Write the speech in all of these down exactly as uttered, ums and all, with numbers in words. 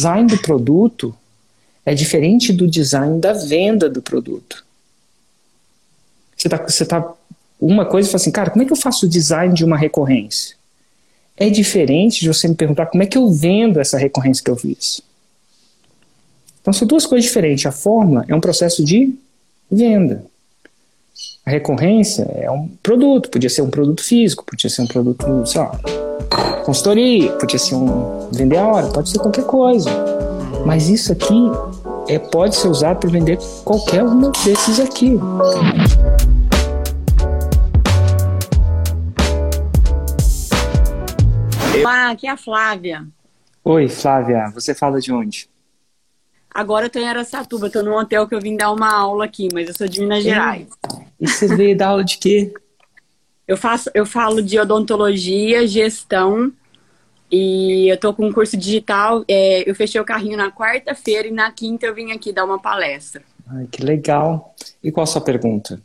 design do produto é diferente do design da venda do produto. Você tá, você tá uma coisa e fala assim, cara, como é que eu faço o design de uma recorrência? É diferente de você me perguntar como é que eu vendo essa recorrência que eu fiz. Então são duas coisas diferentes. A fórmula é um processo de venda. A recorrência é um produto, podia ser um produto físico, podia ser um produto, sei lá, consultoria, podia ser um vender a hora, pode ser qualquer coisa. Mas isso aqui é, pode ser usado para vender qualquer um desses aqui. Olá, aqui é a Flávia. Oi, Flávia, você fala de onde? Agora eu tô em Araçatuba, tô num hotel que eu vim dar uma aula aqui, mas eu sou de Minas Gerais. E você veio dar aula de quê? Eu faço, eu falo de odontologia, gestão, e eu tô com um curso digital. É, eu fechei o carrinho na quarta-feira e na quinta eu vim aqui dar uma palestra. Ai, que legal. E qual a sua pergunta?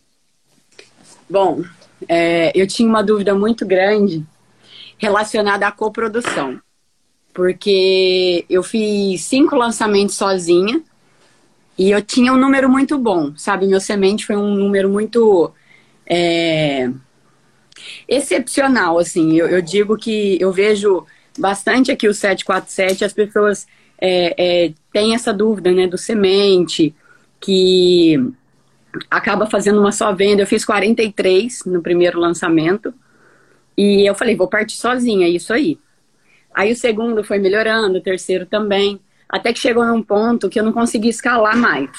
Bom, é, eu tinha uma dúvida muito grande relacionada à coprodução. Porque eu fiz cinco lançamentos sozinha e eu tinha um número muito bom, sabe? Meu semente foi um número muito é, excepcional, assim. Eu, eu digo que eu vejo bastante aqui o sete quatro sete, as pessoas é, é, têm essa dúvida, né, do semente, que acaba fazendo uma só venda. Eu fiz quarenta e três no primeiro lançamento e eu falei, vou partir sozinha, é isso aí. Aí o segundo foi melhorando, o terceiro também, até que chegou num ponto que eu não consegui escalar mais.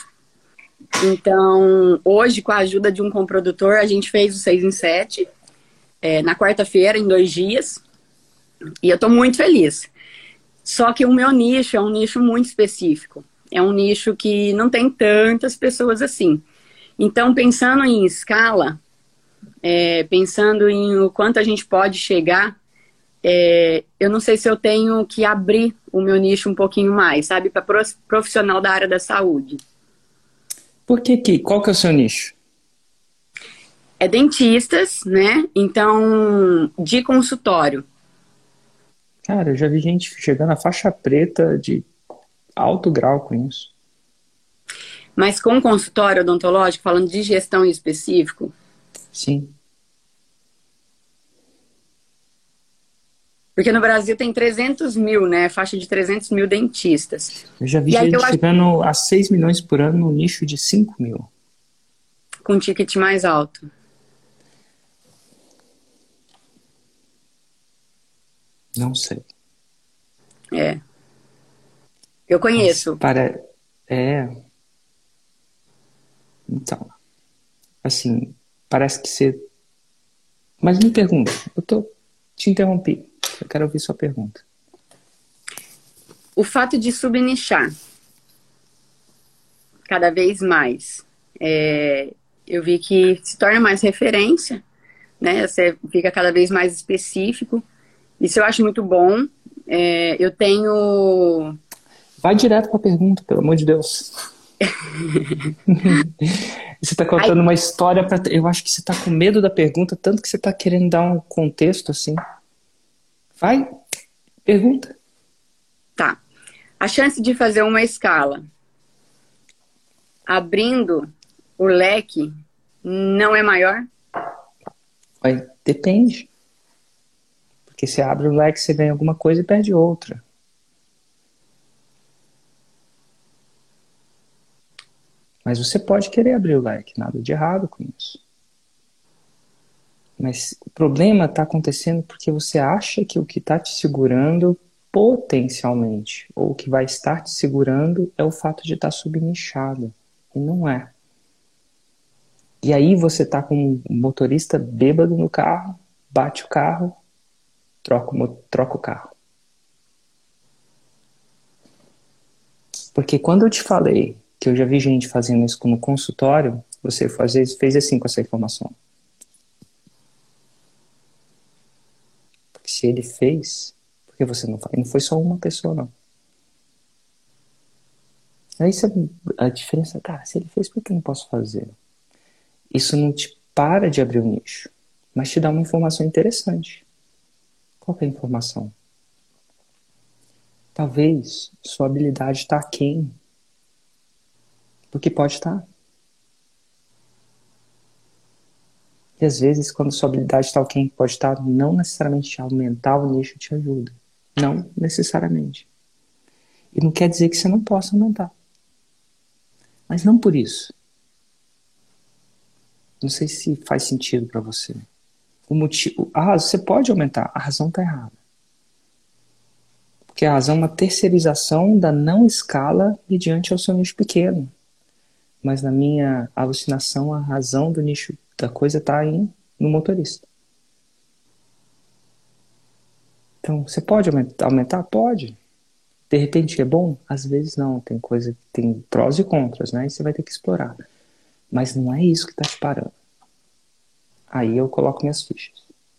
Então, hoje, com a ajuda de um coprodutor, a gente fez o seis em sete, é, na quarta-feira, em dois dias, e eu tô muito feliz. Só que o meu nicho é um nicho muito específico, é um nicho que não tem tantas pessoas assim. Então, pensando em escala, é, pensando em o quanto a gente pode chegar, É, eu não sei se eu tenho que abrir o meu nicho um pouquinho mais, sabe? Para profissional da área da saúde. Por que que? Qual que é o seu nicho? É dentistas, né? Então, de consultório. Cara, eu já vi gente chegando à faixa preta de alto grau com isso. Mas com consultório odontológico, falando de gestão em específico. Sim. Porque no Brasil tem trezentos mil, né? Faixa de trezentos mil dentistas. Eu já vi E aí gente eu acho chegando a seis milhões por ano no nicho de cinco mil. com ticket mais alto. Não sei. É. Eu conheço. Para... É. Então. Assim, parece que você... Mas me pergunta. Eu tô... te interrompi. Eu quero ouvir sua pergunta. O fato de subnichar cada vez mais, é, eu vi que se torna mais referência, né? Você fica cada vez mais específico. Isso eu acho muito bom. É, eu tenho... Vai direto para a pergunta, pelo amor de Deus. Você está contando Ai, uma história para... Eu acho que você está com medo da pergunta, tanto que você está querendo dar um contexto assim. Vai, pergunta. tá. A chance de fazer uma escala abrindo o leque não é maior? Vai, depende. Porque você abre o leque, você ganha alguma coisa e perde outra. Mas você pode querer abrir o leque, nada de errado com isso. Mas o problema está acontecendo porque você acha que o que está te segurando potencialmente, ou o que vai estar te segurando, é o fato de estar subnichado. E não é. E aí você está com um motorista bêbado no carro, bate o carro, troca o, troca o carro. Porque quando eu te falei que eu já vi gente fazendo isso no consultório, você fez, fez assim com essa informação. Porque se ele fez, por que você não faz? Não foi só uma pessoa, não. Aí você, a diferença, cara, se ele fez, por que eu não posso fazer? Isso não te para de abrir o nicho, mas te dá uma informação interessante. Qual que é a informação? Talvez sua habilidade está aquém do que pode estar. E às vezes, quando sua habilidade está aquém do que pode estar, não necessariamente aumentar o nicho te ajuda. Não necessariamente. E não quer dizer que você não possa aumentar. Mas não por isso. Não sei se faz sentido para você. O motivo, a razão, você pode aumentar, a razão está errada. Porque a razão é uma terceirização da não escala mediante ao seu nicho pequeno. Mas na minha alucinação, a razão do nicho da coisa está no motorista. Então, você pode aumentar? aumentar? Pode. De repente é bom? Às vezes não. Tem coisa que tem prós e contras, né? E você vai ter que explorar. Mas não é isso que está te parando. Aí eu coloco minhas fichas.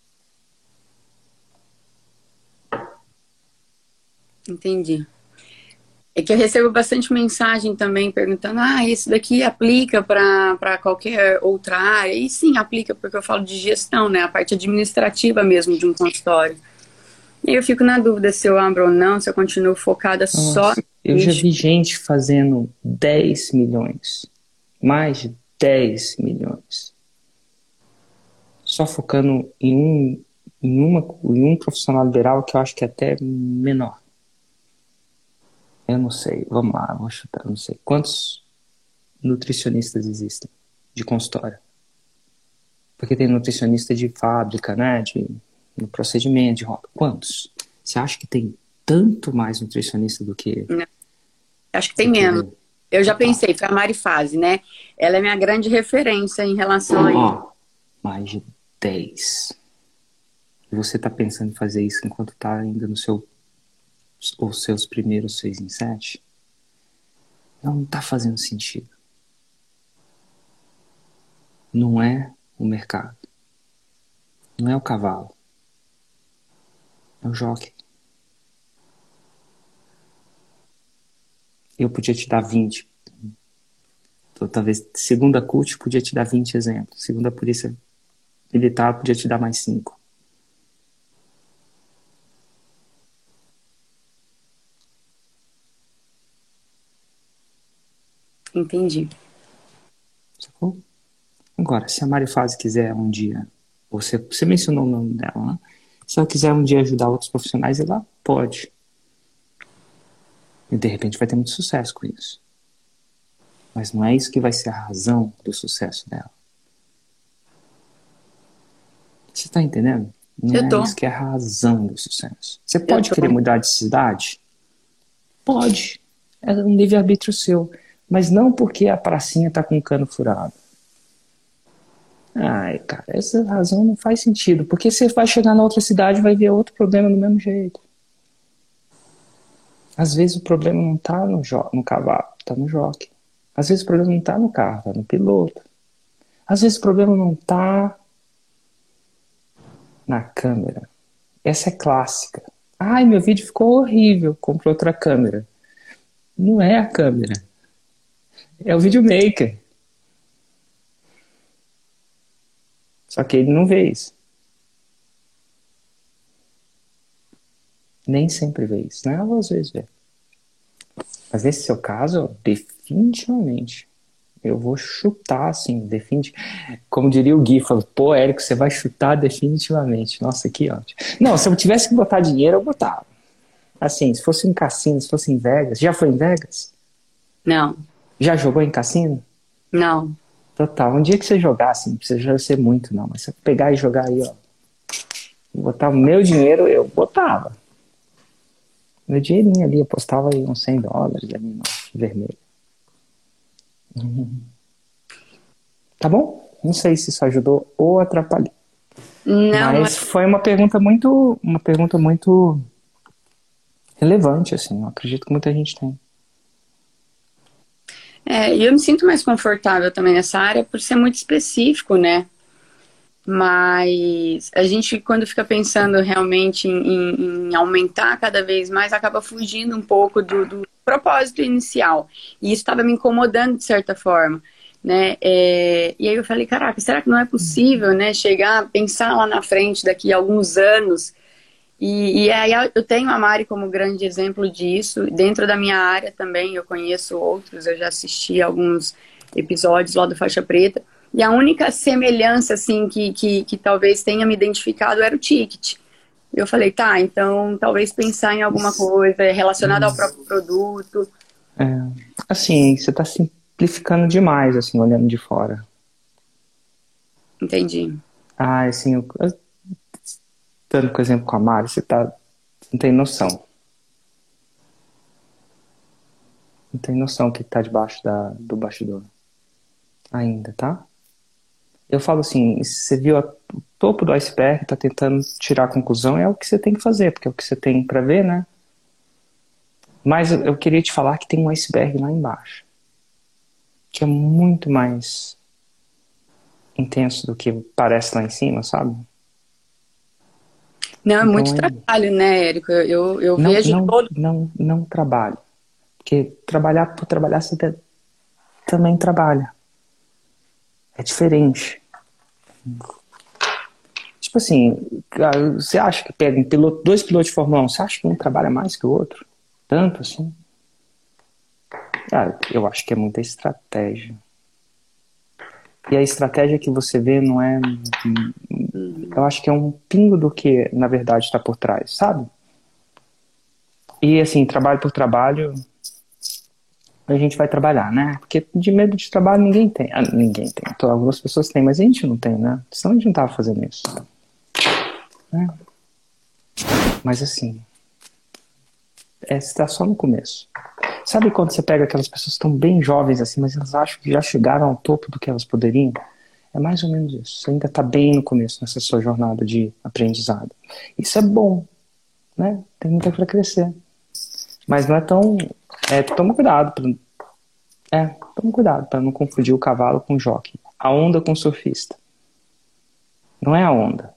Entendi. É que eu recebo bastante mensagem também perguntando, ah, isso daqui aplica para qualquer outra área? E sim, aplica, porque eu falo de gestão, né? A parte administrativa mesmo de um consultório. E aí eu fico na dúvida se eu abro ou não, se eu continuo focada Nossa, só... eu já vi gente fazendo dez milhões. Mais de dez milhões. Só focando em um, em, uma, em um profissional liberal que eu acho que é até menor. Eu não sei, vamos lá, vou chutar, não sei. Quantos nutricionistas existem de consultório? Porque tem nutricionista de fábrica, né? De, no procedimento, de rota. Quantos? Você acha que tem tanto mais nutricionista do que... Não. Acho que tem menos. Que... Eu já pensei, foi a Mari Fase, né? Ela é minha grande referência em relação a isso. Ó, mais de dez. E você tá pensando em fazer isso enquanto tá ainda no seu... os seus primeiros seis em sete? Não, não tá fazendo sentido. Não é o mercado. Não é o cavalo. É o jockey. Eu podia te dar vinte. Então, talvez segunda C U T podia te dar vinte exemplos. Segunda Polícia Militar podia te dar mais cinco. Entendi. Sacou? Agora, se a Mari Fase quiser um dia, você, você mencionou o nome dela, né? Se ela quiser um dia ajudar outros profissionais, ela pode. E de repente vai ter muito sucesso com isso. Mas não é isso que vai ser a razão do sucesso dela. Você está entendendo? Não Eu é tô. isso que é a razão do sucesso. Você pode querer mudar de cidade? Pode. É um livre-arbítrio seu. Mas não porque a pracinha está com o cano furado. Ai, cara, essa razão não faz sentido. Porque você vai chegar na outra cidade e vai ver outro problema do mesmo jeito. Às vezes o problema não está no, no cavalo, está no jockey. Às vezes o problema não está no carro, está no piloto. Às vezes o problema não está na câmera. Essa é clássica. Ai, meu vídeo ficou horrível, comprei outra câmera. Não é a câmera. É o videomaker. Só que ele não vê isso. Nem sempre vê isso, né? Às vezes vê. Mas nesse seu caso, definitivamente, eu vou chutar, assim, definitivamente. Como diria o Gui, falou, pô, Érico, você vai chutar definitivamente. Nossa, que ótimo. Não, se eu tivesse que botar dinheiro, eu botava. Assim, se fosse em cassino, se fosse em Vegas. Já foi em Vegas? Não. Já jogou em cassino? Não. Total. Um dia que você jogasse, não precisa ser muito, não. Mas se eu pegar e jogar aí, ó. Botar o meu dinheiro, eu botava. Meu dinheirinho ali, eu postava aí uns cem dólares ali no vermelho. Uhum. Tá bom? Não sei se isso ajudou ou atrapalhou. Não, mas, mas foi uma pergunta muito, uma pergunta muito relevante, assim. Eu acredito que muita gente tem. É, e eu me sinto mais confortável também nessa área por ser muito específico, né? Mas a gente, quando fica pensando realmente em, em aumentar cada vez mais, acaba fugindo um pouco do, do propósito inicial. E isso estava me incomodando de certa forma, né? É, e aí eu falei, caraca, será que não é possível, né? Chegar, pensar lá na frente, daqui a alguns anos, E, e aí eu tenho a Mari como grande exemplo disso. Dentro da minha área também, eu conheço outros, eu já assisti alguns episódios lá do Faixa Preta. E a única semelhança, assim, que, que, que talvez tenha me identificado era o ticket. Eu falei, tá, então talvez pensar em alguma coisa relacionada ao próprio produto. É, assim, você está simplificando demais, assim, olhando de fora. Entendi. Ah, assim, eu, eu, dando com exemplo com a Mari, você, tá, você não tem noção. Não tem noção o que está debaixo da, do bastidor. Ainda, tá? Eu falo assim, se você viu a, o topo do iceberg, tá tentando tirar a conclusão, é o que você tem que fazer, porque é o que você tem para ver, né? Mas eu, eu queria te falar que tem um iceberg lá embaixo, que é muito mais intenso do que parece lá em cima, sabe? Não, é Então, muito é, trabalho, né, Érico? Eu, eu não, vejo não, todo. não, não trabalho. Porque trabalhar por trabalhar, você te- também trabalha. É diferente. Tipo assim, cara, você acha que pega um piloto, dois pilotos de Fórmula um, você acha que um trabalha mais que o outro? Tanto assim? Ah, eu acho que é muita estratégia. E a estratégia que você vê não é. Eu acho que é um pingo do que, na verdade, está por trás, sabe? E assim, trabalho por trabalho, a gente vai trabalhar, né? Porque de medo de trabalho ninguém tem. Ah, ninguém tem. Então, algumas pessoas têm, mas a gente não tem, né? Senão a gente não tava fazendo isso. Né? Mas assim, é, está só no começo. Sabe quando você pega aquelas pessoas que estão bem jovens assim, mas elas acham que já chegaram ao topo do que elas poderiam? É mais ou menos isso. Você ainda está bem no começo nessa sua jornada de aprendizado. Isso é bom, né? Tem muito para crescer. Mas não é tão... É, toma cuidado. Pra, é, toma cuidado para não confundir o cavalo com o jockey. A onda com o surfista. Não é a onda.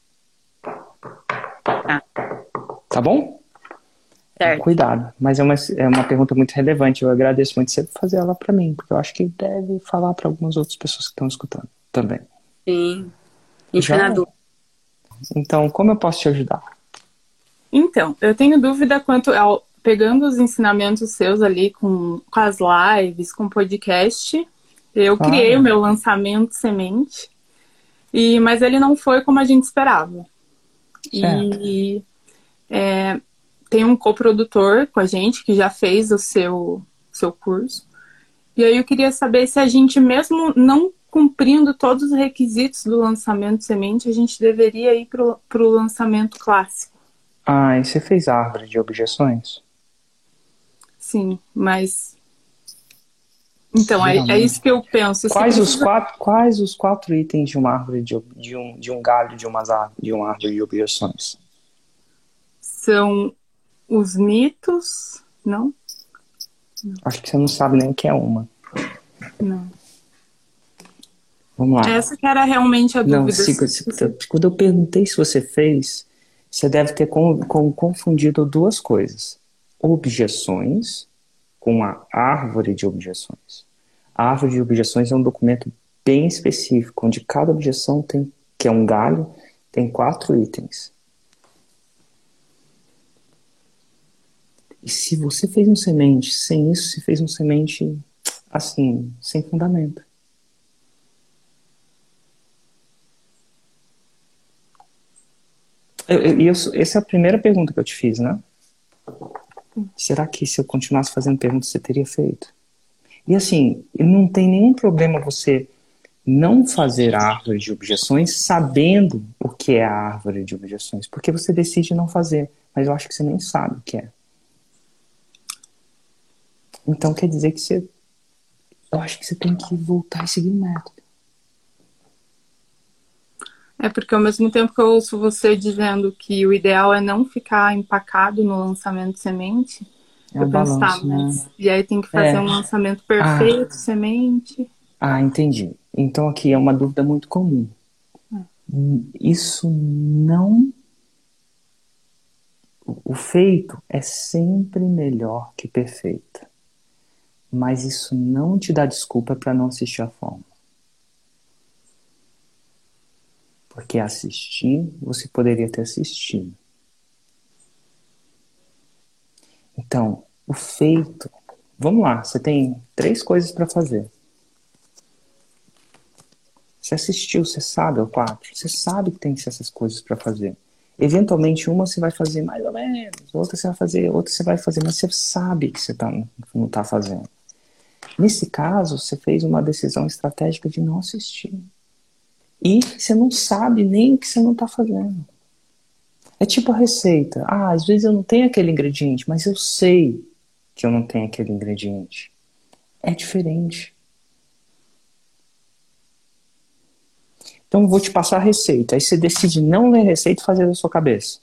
Ah, Tá bom? certo. Cuidado. Mas é uma, é uma pergunta muito relevante. Eu agradeço muito você fazer ela para mim, porque eu acho que deve falar para algumas outras pessoas que estão escutando também. Sim. A gente fica na Já? dúvida. Então, como eu posso te ajudar? Então, eu tenho dúvida quanto ao pegando os ensinamentos seus ali com, com as lives, com o podcast. Eu criei o Claro. meu lançamento semente, e, mas ele não foi como a gente esperava. Certo. E é, tem um coprodutor com a gente que já fez o seu, seu curso. E aí eu queria saber se a gente, mesmo não cumprindo todos os requisitos do lançamento semente, a gente deveria ir para o lançamento clássico. Ah, e você fez árvore de objeções? Sim, mas... Então, é, é Geralmente. isso que eu penso. Se Quais os precisa... quatro, quais os quatro itens de uma árvore de, ob- de um de um galho de uma árvore de uma árvore de objeções? São os mitos, não? Acho que você não sabe nem o que é uma. Não. Vamos lá. Essa que era realmente a Não, dúvida. se, Se- se- se- quando eu perguntei se você fez, você deve ter com, com- confundido duas coisas: objeções com a árvore de objeções. A árvore de objeções é um documento bem específico, onde cada objeção tem, que é um galho, tem quatro itens. E se você fez um semente sem isso, você fez um semente assim, sem fundamento. Eu, eu, eu, essa é a primeira pergunta que eu te fiz, né? Será que se eu continuasse fazendo perguntas, você teria feito? E assim, não tem nenhum problema você não fazer a árvore de objeções sabendo o que é a árvore de objeções, porque você decide não fazer, mas eu acho que você nem sabe o que é. Então quer dizer que você... Eu acho que você tem que voltar e seguir o método. É porque ao mesmo tempo que eu ouço você dizendo que o ideal é não ficar empacado no lançamento semente, É eu um penso, tá, balanço, mas né? e aí tem que fazer É. um lançamento Ah, perfeito, semente. ah, entendi. Então aqui é uma dúvida muito comum. Isso não... O feito é sempre melhor que perfeito. Mas isso não te dá desculpa para não assistir a fórmula. Porque assistir, você poderia ter assistido. Então, o feito... Vamos lá, você tem três coisas para fazer. Você assistiu, você sabe, ou quatro. Você sabe que tem que ser essas coisas para fazer. Eventualmente, uma você vai fazer mais ou menos, outra você vai fazer, outra você vai fazer, mas você sabe que você tá, não está fazendo. Nesse caso, você fez uma decisão estratégica de não assistir. E você não sabe nem o que você não está fazendo. É tipo a receita. Ah, às vezes eu não tenho aquele ingrediente, mas eu sei que eu não tenho aquele ingrediente. É diferente. Então eu vou te passar a receita. Aí você decide não ler a receita e fazer da sua cabeça.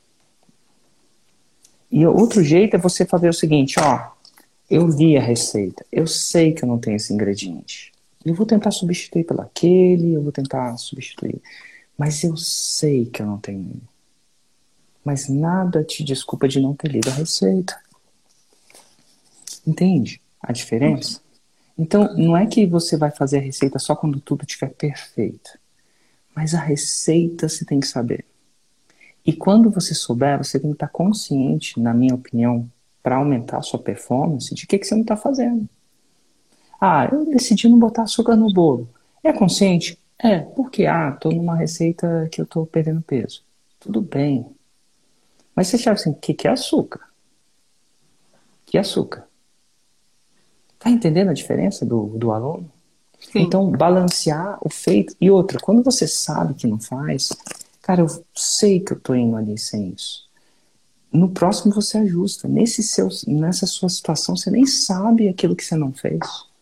E outro jeito é você fazer o seguinte, ó. Eu li a receita. Eu sei que eu não tenho esse ingrediente. Eu vou tentar substituir pelo aquele, eu vou tentar substituir. Mas eu sei que eu não tenho ele. Mas nada te desculpa de não ter lido a receita. Entende a diferença? Então, não é que você vai fazer a receita só quando tudo estiver perfeito. Mas a receita você tem que saber. E quando você souber, você tem que estar consciente, na minha opinião, para aumentar a sua performance, de que, que você não está fazendo. Ah, eu decidi não botar açúcar no bolo. É consciente? É, porque, ah, estou numa receita que eu estou perdendo peso. Tudo bem. Mas você sabe assim, o que, que é açúcar? Que é açúcar? Tá entendendo a diferença do, do aluno? Sim. Então, balancear o feito. E outra, quando você sabe que não faz, cara, eu sei que eu tô indo ali sem isso. No próximo você ajusta. Nesse seu, nessa sua situação, você nem sabe aquilo que você não fez.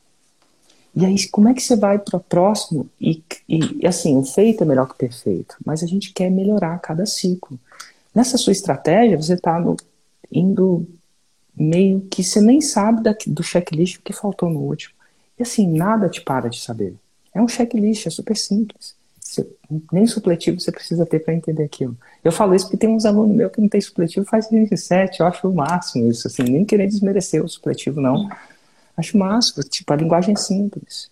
E aí, como é que você vai para o próximo? E, e, assim, o feito é melhor que o perfeito. Mas a gente quer melhorar a cada ciclo. Nessa sua estratégia, você está indo meio que você nem sabe da, do checklist que faltou no último. E assim, nada te para de saber. É um checklist, é super simples. Você, nem supletivo você precisa ter para entender aquilo. Eu falo isso porque tem uns alunos meus que não tem supletivo faz vinte e sete, eu acho o máximo isso, assim, nem querer desmerecer o supletivo, não. Acho o máximo, tipo, a linguagem é simples.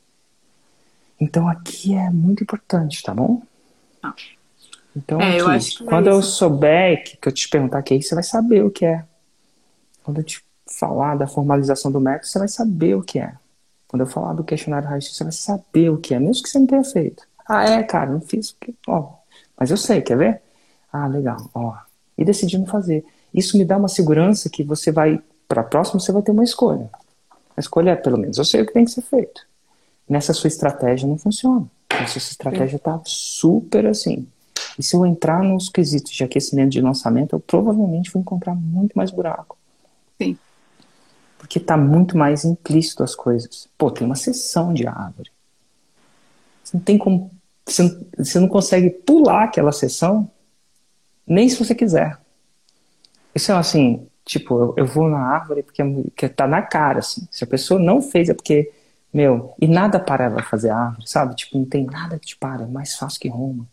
Então aqui é muito importante, tá bom? Então, é, aqui, eu acho que quando é eu souber que, que eu te perguntar aqui, você vai saber o que é. Quando eu te falar da formalização do método, você vai saber o que é. Quando eu falar do questionário raio-x, você vai saber o que é, mesmo que você não tenha feito. Ah, é, cara, não fiz, porque, ó, mas eu sei, quer ver? Ah, legal, ó. E decidi não fazer. Isso me dá uma segurança que você vai, para a próxima, você vai ter uma escolha. A escolha é, pelo menos, eu sei o que tem que ser feito. Nessa sua estratégia não funciona. Essa sua estratégia está super assim. E se eu entrar nos quesitos de aquecimento de lançamento, eu provavelmente vou encontrar muito mais buraco. Sim. Porque está muito mais implícito as coisas. Pô, tem uma seção de árvore. Você não tem como... Você não, você não consegue pular aquela seção, nem se você quiser. Isso é assim, tipo, eu, eu vou na árvore porque, porque tá na cara, assim. Se a pessoa não fez é porque, meu, e nada para ela fazer árvore, sabe? Tipo, não tem nada que te para, é mais fácil que Roma.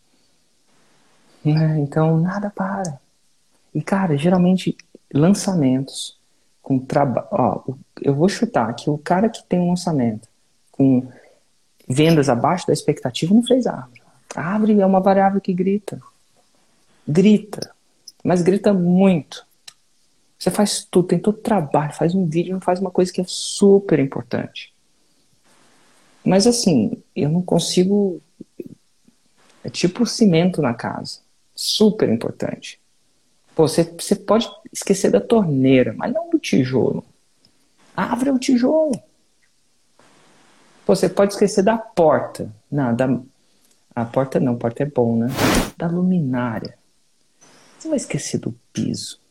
É, então, nada para. E, cara, geralmente, lançamentos com trabalho... Ó, eu vou chutar que o cara que tem um lançamento com vendas abaixo da expectativa não fez árvore. A árvore é uma variável que grita. Grita. Mas grita muito. Você faz tudo, tem todo trabalho, faz um vídeo, não faz uma coisa que é super importante. Mas assim, eu não consigo... É tipo cimento na casa. Super importante. Pô, você, você pode esquecer da torneira, mas não do tijolo. A árvore é o tijolo. Pô, você pode esquecer da porta. Não, da... A porta não, a porta é bom, né? Da luminária. Você vai esquecer do piso.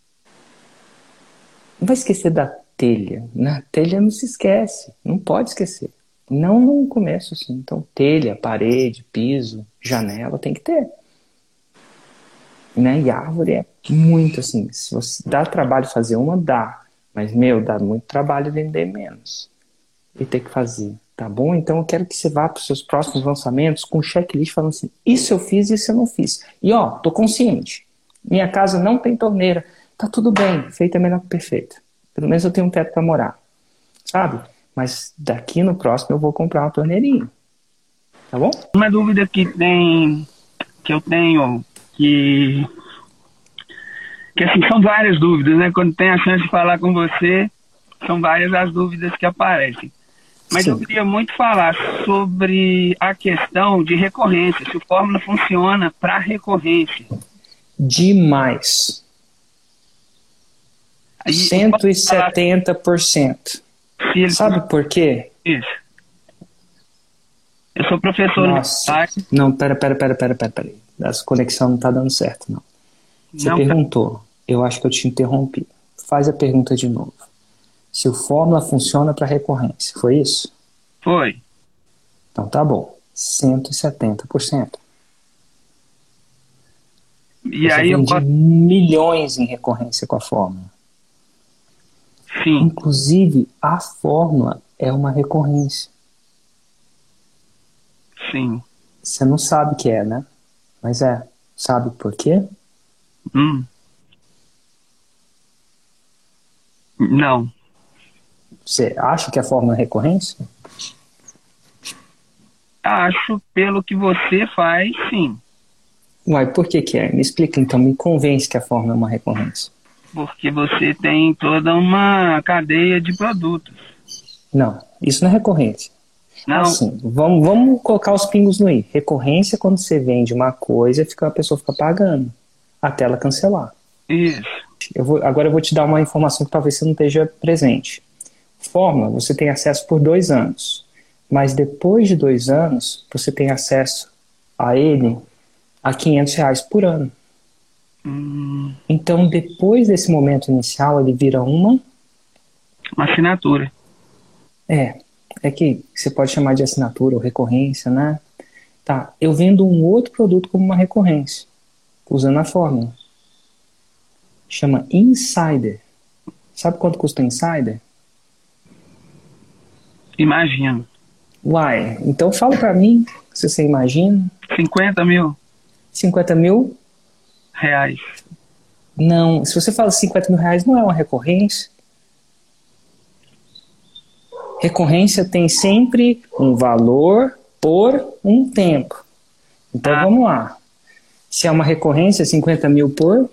Não vai esquecer da telha. Na telha não se esquece. Não pode esquecer. Não no começo, assim. Então, telha, parede, piso, janela, tem que ter. Né? E árvore é muito assim. Se você dá trabalho fazer uma, dá. Mas, meu, dá muito trabalho vender menos. E ter que fazer. Tá bom? Então eu quero que você vá para os seus próximos lançamentos com um checklist falando assim, isso eu fiz, isso eu não fiz. E ó, tô consciente. Minha casa não tem torneira. Tá tudo bem. Feito é melhor que perfeito. Pelo menos eu tenho um teto para morar. Sabe? Mas daqui no próximo eu vou comprar uma torneirinha. Tá bom? Uma dúvida que tem, que eu tenho, que que assim, são várias dúvidas, né? Quando tem a chance de falar com você, são várias as dúvidas que aparecem. Mas Sim. eu queria muito falar sobre a questão de recorrência, se o fórmula funciona para recorrência. Demais. Aí, cento e setenta por cento. Ele... Sabe por quê? Isso. Eu sou professor Nossa. No... Não, pera, pera, pera, pera, pera, pera. Essa conexão não tá dando certo, não. Você não, perguntou. Tá... Eu acho que eu te interrompi. Faz a pergunta de novo. Se o fórmula funciona para recorrência, foi isso? Foi. Então tá bom. cento e setenta por cento. E Você aí eu vende milhões em recorrência com a fórmula. Sim. Inclusive, a fórmula é uma recorrência. Sim. Você não sabe o que é, né? Mas é. Sabe por quê? Hum. Não. Você acha que a fórmula é recorrência? Acho, pelo que você faz, sim. Uai, por que que é? Me explica então, me convence que a fórmula é uma recorrência. Porque você tem toda uma cadeia de produtos. Não, isso não é recorrência. Não. Assim, vamos, vamos colocar os pingos no i. Recorrência é quando você vende uma coisa e a pessoa fica pagando até ela cancelar. Isso. Eu vou, agora eu vou te dar uma informação que talvez você não esteja presente. Fórmula, você tem acesso por dois anos. Mas depois de dois anos, você tem acesso a ele a quinhentos reais por ano. Hum. Então, depois desse momento inicial, ele vira uma... Uma assinatura. É, é que você pode chamar de assinatura ou recorrência, né? Tá, eu vendo um outro produto como uma recorrência, usando a fórmula. Chama Insider. Sabe quanto custa o Insider? Imagino. Uai, então fala pra mim, se você imagina. cinquenta mil. cinquenta mil? Reais. Não, se você fala cinquenta mil reais, não é uma recorrência. Recorrência tem sempre um valor por um tempo. Então ah. vamos lá. Se é uma recorrência, cinquenta mil por?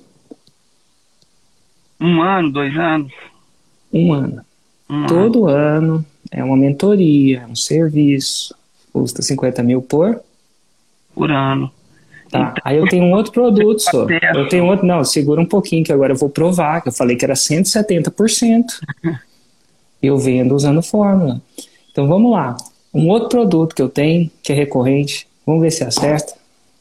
Um ano, dois anos. Um ano. Um Todo ano. ano é uma mentoria, é um serviço. Custa cinquenta mil por? Por ano. Tá, então, aí eu tenho um outro produto só. Eu tenho outro, não, segura um pouquinho que agora eu vou provar, que eu falei que era cento e setenta por cento. Eu vendo usando fórmula. Então vamos lá. Um outro produto que eu tenho, que é recorrente, vamos ver se acerta.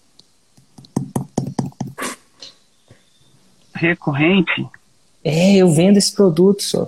Recorrente? É, eu vendo esse produto só.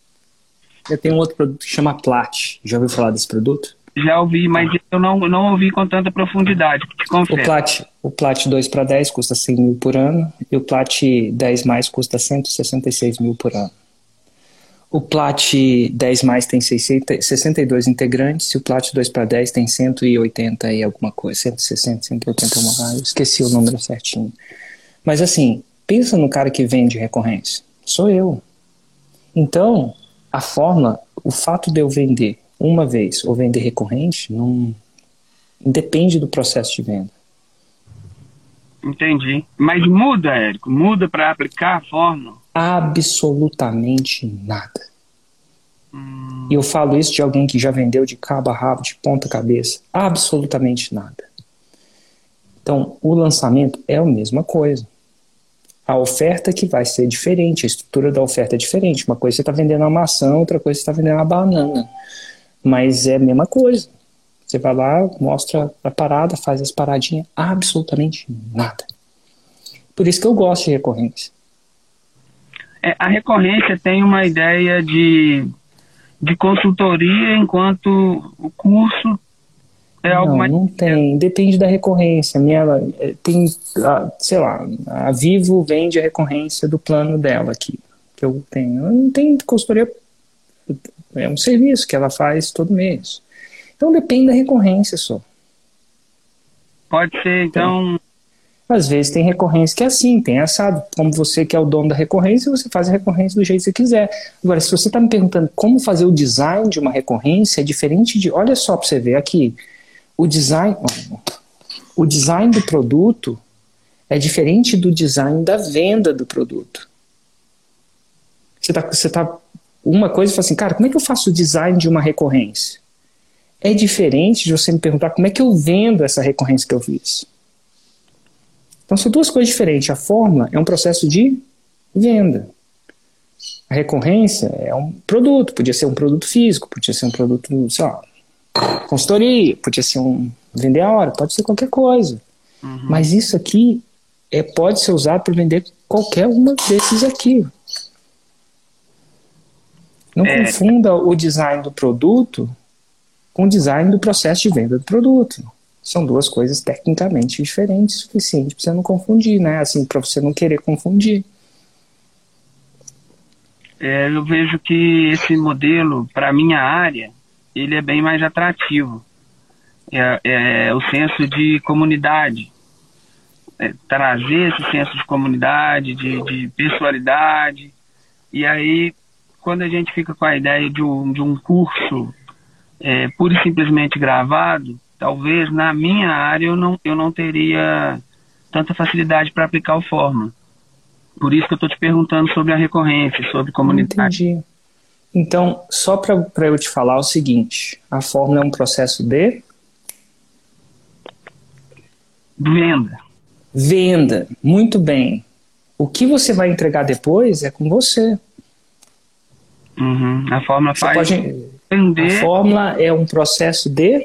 Eu tenho um outro produto que chama Plat. Já ouviu falar desse produto? Já ouvi, mas eu não, não ouvi com tanta profundidade, te confesso. O Plat, o Plat dois para dez custa cem mil por ano e o Plat dez mais custa cento e sessenta e seis mil por ano. O Plat dez mais tem sessenta e dois integrantes e o Plat dois para dez tem cento e oitenta e alguma coisa, cento e sessenta, cento e oitenta, eu esqueci o número certinho. Mas assim, pensa no cara que vende recorrência. Sou eu. Então, a fórmula, o fato de eu vender uma vez ou vender recorrente, não depende do processo de venda. Entendi. Mas muda, Érico? Muda para aplicar a fórmula? Absolutamente nada. Hum. E eu falo isso de alguém que já vendeu de cabo a rabo, de ponta cabeça. Absolutamente nada. Então, o lançamento é a mesma coisa. A oferta que vai ser diferente, a estrutura da oferta é diferente. Uma coisa você está vendendo uma maçã, outra coisa você está vendendo uma banana. Mas é a mesma coisa. Você vai lá, mostra a parada, faz as paradinhas, absolutamente nada. Por isso que eu gosto de recorrência. É, a recorrência tem uma ideia de, de consultoria, enquanto o curso é algo não, mais... Não tem, depende da recorrência. Minha, tem, sei lá, a Vivo vende a recorrência do plano dela aqui, que eu tenho. Não tem consultoria... É um serviço que ela faz todo mês. Então depende da recorrência só. Pode ser, então... Às vezes tem recorrência que é assim, tem assado. Como você que é o dono da recorrência, você faz a recorrência do jeito que você quiser. Agora, se você está me perguntando como fazer o design de uma recorrência, é diferente de... Olha só para você ver aqui. O design, o design do produto é diferente do design da venda do produto. Você tá, você tá uma coisa e fala assim, cara, como é que eu faço o design de uma recorrência? É diferente de você me perguntar como é que eu vendo essa recorrência que eu fiz. Então são duas coisas diferentes. A fórmula é um processo de venda. A recorrência é um produto, podia ser um produto físico, podia ser um produto, sei lá, consultoria, podia ser um vender a hora, pode ser qualquer coisa. Uhum. Mas isso aqui é, pode ser usado para vender qualquer uma desses aqui. Não é. confunda o design do produto com o design do processo de venda do produto. São duas coisas tecnicamente diferentes o suficiente para você não confundir, né? Assim, para você não querer confundir. É, eu vejo que esse modelo, para a minha área, ele é bem mais atrativo. É, é o senso de comunidade. É, trazer esse senso de comunidade, de, de pessoalidade. E aí, quando a gente fica com a ideia de um, de um curso é, pura e simplesmente gravado, talvez na minha área eu não, eu não teria tanta facilidade para aplicar o fórmula. Por isso que eu estou te perguntando sobre a recorrência, sobre comunidade. Entendi. Então, só para eu te falar o seguinte, a fórmula é um processo de... Venda. Venda, muito bem. O que você vai entregar depois é com você. Uhum. A fórmula você faz pode... vender. A fórmula é um processo de...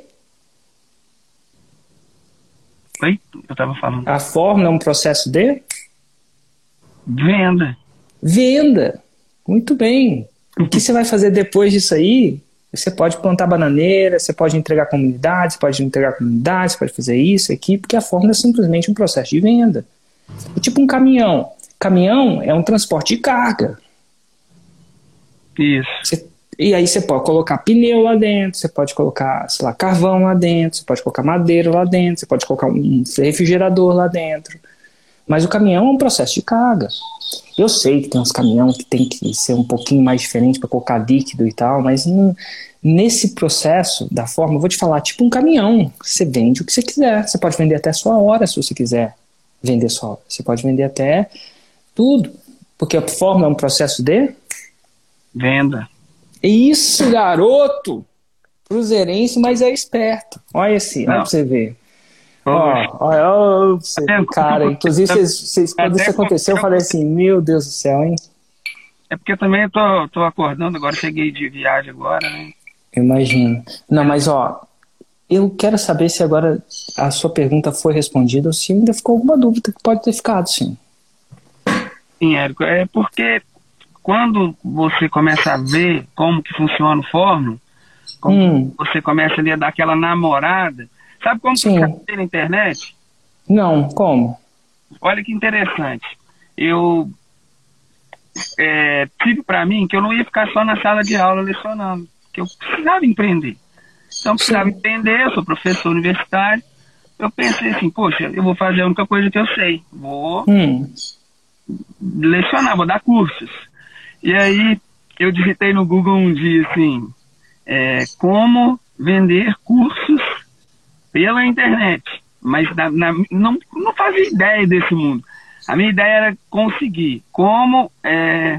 Oi? Eu estava falando. A fórmula é um processo de... Venda. Venda. Muito bem. O que você vai fazer depois disso aí? Você pode plantar bananeira, você pode entregar comunidade, você pode entregar comunidade, você pode fazer isso aqui, porque a fórmula é simplesmente um processo de venda. É tipo um caminhão. Caminhão é um transporte de carga. Isso. Você, e aí você pode colocar pneu lá dentro, você pode colocar, sei lá, carvão lá dentro, você pode colocar madeira lá dentro, você pode colocar um refrigerador lá dentro. Mas o caminhão é um processo de carga. Eu sei que tem uns caminhões que tem que ser um pouquinho mais diferente para colocar líquido e tal, mas não, nesse processo da forma, eu vou te falar, tipo um caminhão, você vende o que você quiser. Você pode vender até a sua hora, se você quiser vender sua hora. Você pode vender até tudo, porque a forma é um processo de... Venda. Isso, garoto! Cruzeirense, mas é esperto. Olha esse, olha pra você ver. Ó, olha, ó, você, cara, inclusive vocês, vocês, quando isso aconteceu eu falei assim, meu Deus do céu, hein? É porque eu também tô, tô acordando agora, cheguei de viagem agora, né? Eu imagino. Não, mas ó, eu quero saber se agora a sua pergunta foi respondida ou se ainda ficou alguma dúvida que pode ter ficado, sim. Sim, Érico, é porque quando você começa a ver como que funciona o fórmula, como hum. você começa ali a dar aquela namorada. Sabe como que eu na internet? Não, como? Olha que interessante. Eu é, tive para mim que eu não ia ficar só na sala de aula lecionando, que eu precisava empreender. Então, eu precisava Sim. empreender, eu sou professor universitário. Eu pensei assim, poxa, eu vou fazer a única coisa que eu sei. Vou hum. lecionar, vou dar cursos. E aí, eu digitei no Google um dia assim, é, como vender cursos pela internet, mas na, na, não, não fazia ideia desse mundo. A minha ideia era conseguir como, é,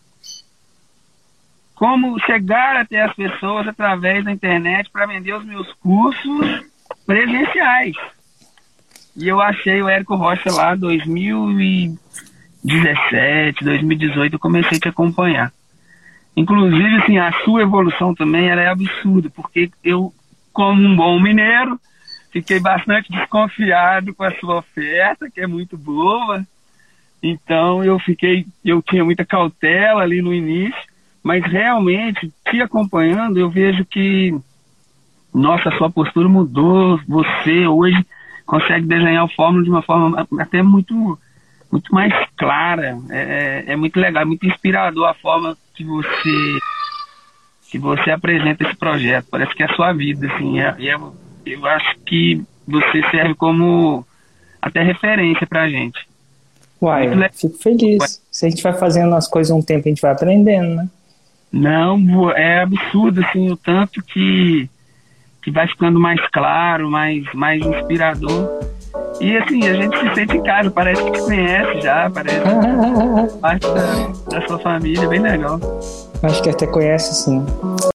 como chegar até as pessoas através da internet para vender os meus cursos presenciais. E eu achei o Érico Rocha lá em dois mil e dezessete, dois mil e dezoito, eu comecei a te acompanhar. Inclusive, assim, a sua evolução também ela é absurda, porque eu, como um bom mineiro, fiquei bastante desconfiado com a sua oferta, que é muito boa. Então eu fiquei, eu tinha muita cautela ali no início, mas realmente, te acompanhando, eu vejo que, nossa, a sua postura mudou. Você hoje consegue desenhar o fórmula de uma forma até muito, muito mais clara. É, é muito legal, é muito inspirador a forma que você, que você apresenta esse projeto. Parece que é a sua vida, assim, é, é eu acho que você serve como até referência pra gente. Uai, eu fico feliz. Uai. Se a gente vai fazendo as coisas um tempo, a gente vai aprendendo, né? Não, é absurdo, assim, o tanto que, que vai ficando mais claro, mais, mais inspirador. E assim, a gente se sente em casa, parece que te conhece já, parece parte da, da sua família, bem legal. Acho que até conhece, sim.